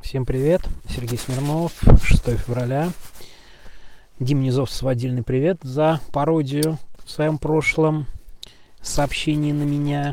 Всем привет, Сергей Смирнов, 6 февраля. Дим Низовцев, отдельный привет за пародию в своем прошлом сообщении на меня.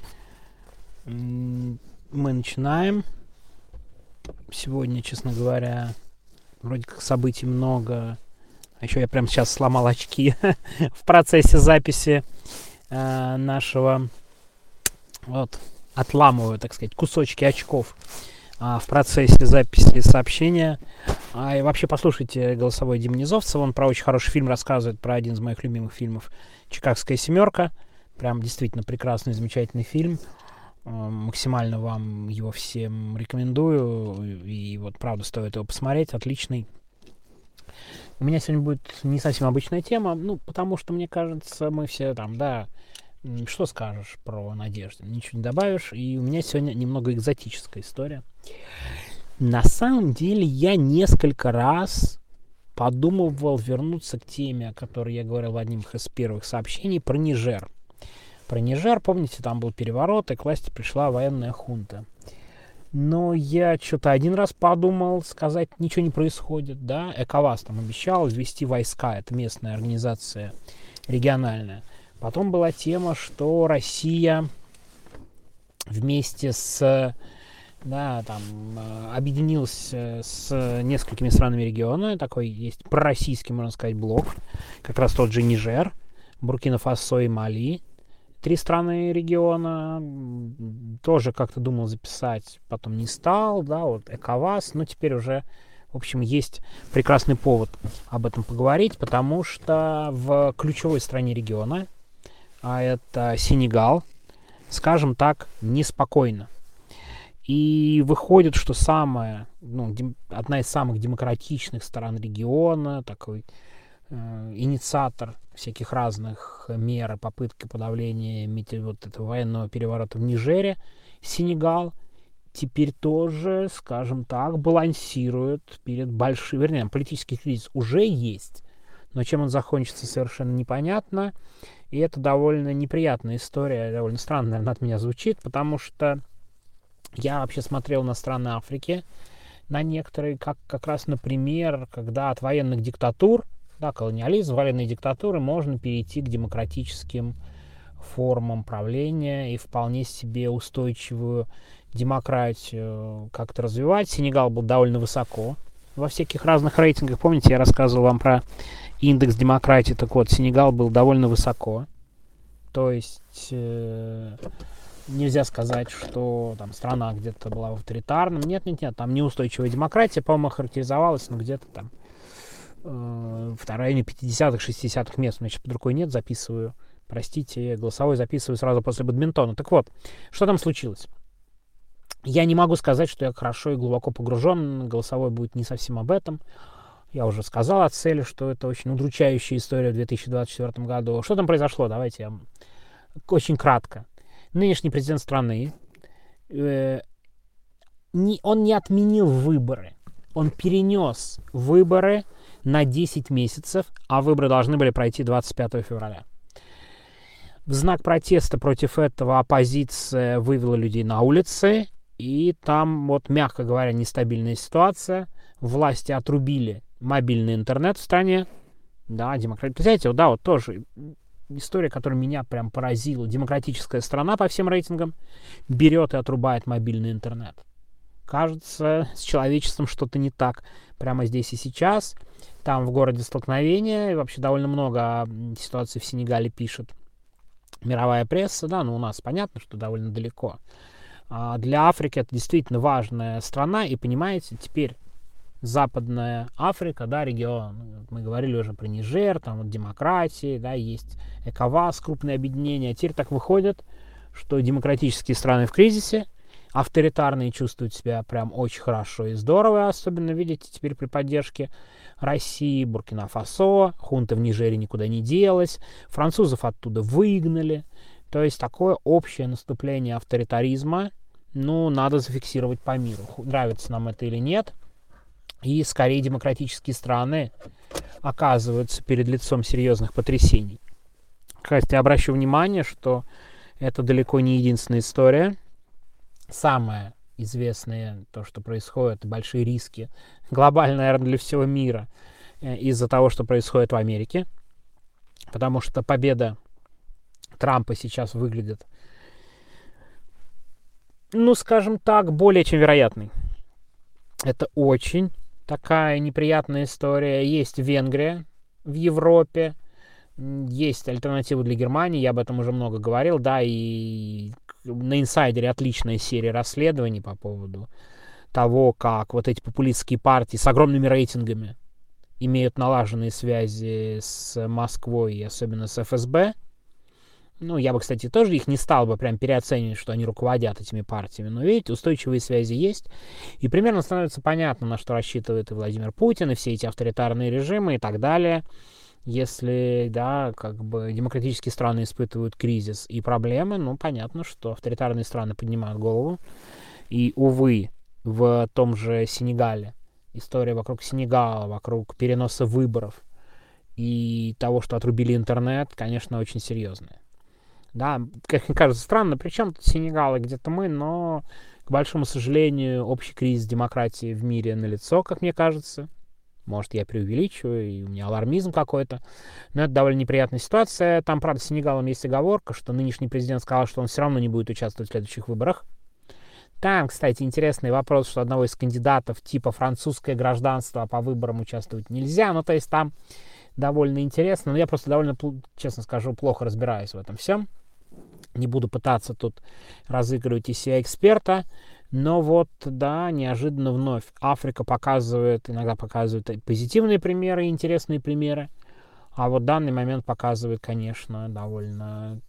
Мы начинаем. Сегодня, честно говоря, вроде как событий много. А еще я прямо сейчас сломал очки в процессе записи нашего. Вот, отламываю, так сказать, кусочки очков в процессе записи сообщения. И вообще послушайте голосовой Димы Низовцева. Он про очень хороший фильм рассказывает, про один из моих любимых фильмов «Чикагская семерка». Прям действительно прекрасный, замечательный фильм. Максимально вам его всем рекомендую. И вот правда стоит его посмотреть. Отличный. У меня сегодня будет не совсем обычная тема, потому что, мне кажется, мы все там, что скажешь про Надежду? Ничего не добавишь. И у меня сегодня немного экзотическая история. На самом деле я несколько раз подумывал вернуться к теме, о которой я говорил в одном из первых сообщений, про Нижер. Про Нижер, помните, там был переворот, и к власти пришла военная хунта. Но я что-то один раз подумал, сказать, ничего не происходит, да. ЭКОВАС там обещал ввести войска, это местная организация региональная. Потом была тема, что Россия вместе с, объединилась с несколькими странами региона. Такой есть пророссийский, можно сказать, блок. Как раз тот же Нижер, Буркина-Фасо и Мали. 3 страны региона. Тоже как-то думал записать, потом не стал. Вот ЭКОВАС. Но теперь уже, в общем, есть прекрасный повод об этом поговорить, потому что в ключевой стране региона, а это Сенегал, скажем так, неспокойно. И выходит, что одна из самых демократичных стран региона, такой инициатор всяких разных мер и попытки подавления этого военного переворота в Нижере, Сенегал, теперь тоже, скажем так, балансирует перед большим, политический кризис уже есть, но чем он закончится, совершенно непонятно. И это довольно неприятная история, довольно странно, наверное, от меня звучит, потому что я вообще смотрел на страны Африки, на некоторые, как раз, например, когда от военных диктатур, колониализм, военные диктатуры, можно перейти к демократическим формам правления и вполне себе устойчивую демократию как-то развивать. Сенегал был довольно высоко во всяких разных рейтингах. Помните, я рассказывал вам про индекс демократии, так вот, Сенегал был довольно высоко. То есть нельзя сказать, что там страна где-то была в авторитарном. Нет, там неустойчивая демократия, по-моему, характеризовалась, где-то там в районе 50-х, 60-х мест. У меня сейчас под рукой нет, записываю. Простите, голосовой записываю сразу после бадминтона. Так вот, что там случилось? Я не могу сказать, что я хорошо и глубоко погружен. Голосовой будет не совсем об этом. Я уже сказал о цели, что это очень удручающая история в 2024 году. Что там произошло? Давайте я очень кратко. Нынешний президент страны, он не отменил выборы. Он перенес выборы на 10 месяцев, а выборы должны были пройти 25 февраля. В знак протеста против этого оппозиция вывела людей на улицы, и там, мягко говоря, нестабильная ситуация. Власти отрубили мобильный интернет в стране. Демократия. Представляете, тоже история, которая меня прям поразила. Демократическая страна по всем рейтингам берет и отрубает мобильный интернет. Кажется, с человечеством что-то не так прямо здесь и сейчас. Там в городе столкновения. И вообще довольно много ситуаций в Сенегале пишет мировая пресса. У нас понятно, что довольно далеко. А для Африки это действительно важная страна. И понимаете, теперь Западная Африка, регион. Мы говорили уже про Нижер, там демократии, есть ЭКОВАС, крупные объединения. А теперь так выходит, что демократические страны в кризисе, авторитарные чувствуют себя прям очень хорошо и здорово, особенно, видите, теперь при поддержке России, Буркина-Фасо, хунта в Нижере никуда не делась, французов оттуда выгнали. То есть такое общее наступление авторитаризма, надо зафиксировать по миру. Нравится нам это или нет. И скорее демократические страны оказываются перед лицом серьезных потрясений. Кстати, обращу внимание, что это далеко не единственная история. Самая известные, то, что происходит, большие риски, глобально, наверное, для всего мира из-за того, что происходит в Америке. Потому что победа Трампа сейчас выглядит, ну, скажем так, более чем вероятной. Это очень такая неприятная история. Есть Венгрия в Европе, есть альтернатива для Германии, я об этом уже много говорил, да, и на «Инсайдере» отличная серия расследований по поводу того, как вот эти популистские партии с огромными рейтингами имеют налаженные связи с Москвой и особенно с ФСБ. Ну, я бы, кстати, тоже их не стал бы прям переоценивать, что они руководят этими партиями. Но, видите, устойчивые связи есть. И примерно становится понятно, на что рассчитывает и Владимир Путин, и все эти авторитарные режимы и так далее. Если, да, как бы демократические страны испытывают кризис и проблемы, ну, понятно, что авторитарные страны поднимают голову. И, увы, в том же Сенегале история вокруг Сенегала, вокруг переноса выборов и того, что отрубили интернет, конечно, очень серьезная. Да, как мне кажется, странно, при чем тут Сенегал и где-то мы, но, к большому сожалению, общий кризис демократии в мире налицо, как мне кажется. Может, я преувеличиваю, и у меня алармизм какой-то. Но это довольно неприятная ситуация. Там, правда, с Сенегалом есть оговорка, что нынешний президент сказал, что он все равно не будет участвовать в следующих выборах. Там, кстати, интересный вопрос, что одного из кандидатов типа французское гражданство по выборам участвовать нельзя. Ну, то есть там довольно интересно. Но я просто довольно, честно скажу, плохо разбираюсь в этом всем. Не буду пытаться тут разыгрывать из себя эксперта. Но вот, да, неожиданно вновь Африка показывает, иногда показывает позитивные примеры, интересные примеры. А вот данный момент показывает, конечно, довольно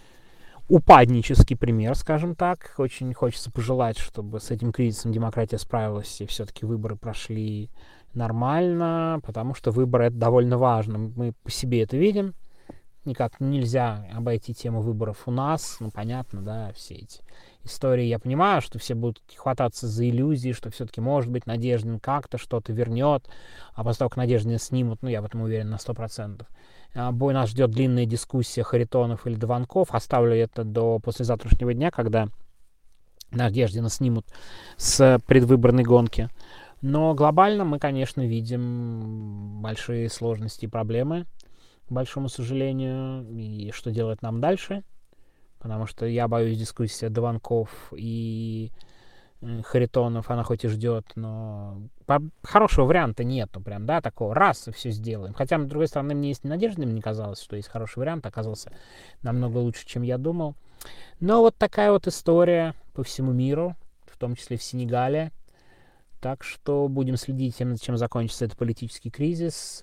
упаднический пример, скажем так. Очень хочется пожелать, чтобы с этим кризисом демократия справилась, и все-таки выборы прошли нормально, потому что выборы — это довольно важно. Мы по себе это видим. Никак нельзя обойти тему выборов у нас. Ну, понятно, да, все эти истории. Я понимаю, что все будут хвататься за иллюзии, что все-таки, может быть, Надеждин как-то что-то вернет, а после того, как Надеждина снимут, ну, я в этом уверен на 100%. Бой нас ждет длинная дискуссия Харитонов или Дованков. Оставлю это до послезавтрашнего дня, когда Надеждина снимут с предвыборной гонки. Но глобально мы, конечно, видим большие сложности и проблемы, к большому сожалению, и что делать нам дальше. Потому что я боюсь, дискуссия Дованков и Харитонов, она хоть и ждет, но хорошего варианта нету прям, да, такого, раз и все сделаем. Хотя, с другой стороны, мне есть надежда, мне казалось, что есть хороший вариант, оказался намного лучше, чем я думал. Но вот такая вот история по всему миру, в том числе в Сенегале. Так что будем следить тем, чем закончится этот политический кризис.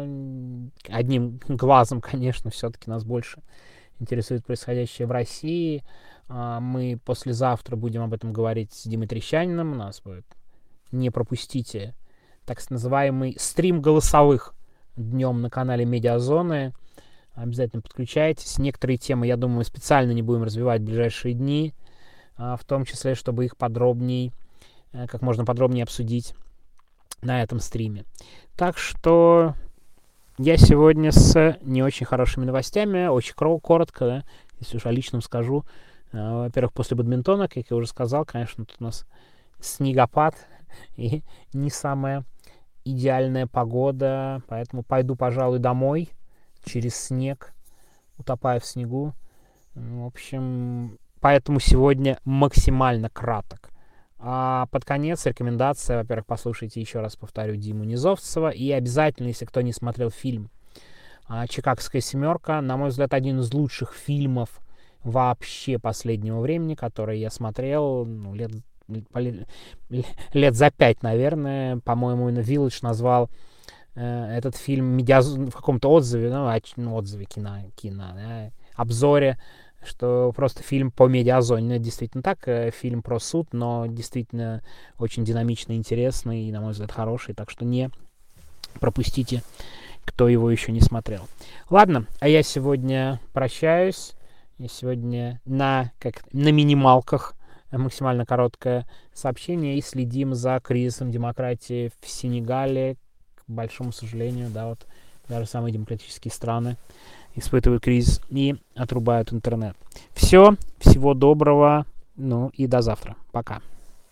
Одним глазом, конечно, все-таки нас больше интересует происходящее в России. Мы послезавтра будем об этом говорить с Димой Трещаниным. У нас будет, не пропустите, так называемый стрим голосовых днем на канале Медиазоны. Обязательно подключайтесь. Некоторые темы, я думаю, мы специально не будем развивать в ближайшие дни, в том числе, чтобы их как можно подробнее обсудить на этом стриме. Так что я сегодня с не очень хорошими новостями, очень коротко, да, если уж о личном скажу. Во-первых, после бадминтона, как я уже сказал, конечно, тут у нас снегопад и не самая идеальная погода, поэтому пойду, пожалуй, домой через снег, утопая в снегу. В общем, поэтому сегодня максимально краток. А под конец рекомендация, во-первых, послушайте еще раз, повторю, Диму Низовцева. И обязательно, если кто не смотрел фильм «Чикагская семерка», на мой взгляд, один из лучших фильмов вообще последнего времени, который я смотрел лет за 5, наверное. По-моему, Village назвал этот фильм в каком-то отзыве, отзыве обзоре, что просто фильм по медиазоне. Ну, это действительно так, фильм про суд, но действительно очень динамичный, интересный и, на мой взгляд, хороший. Так что не пропустите, кто его еще не смотрел. Ладно, а я сегодня прощаюсь. Я сегодня на минималках, максимально короткое сообщение, и следим за кризисом демократии в Сенегале. К большому сожалению, да, вот даже самые демократические страны испытывают кризис и отрубают интернет. Всего доброго, ну и до завтра. Пока.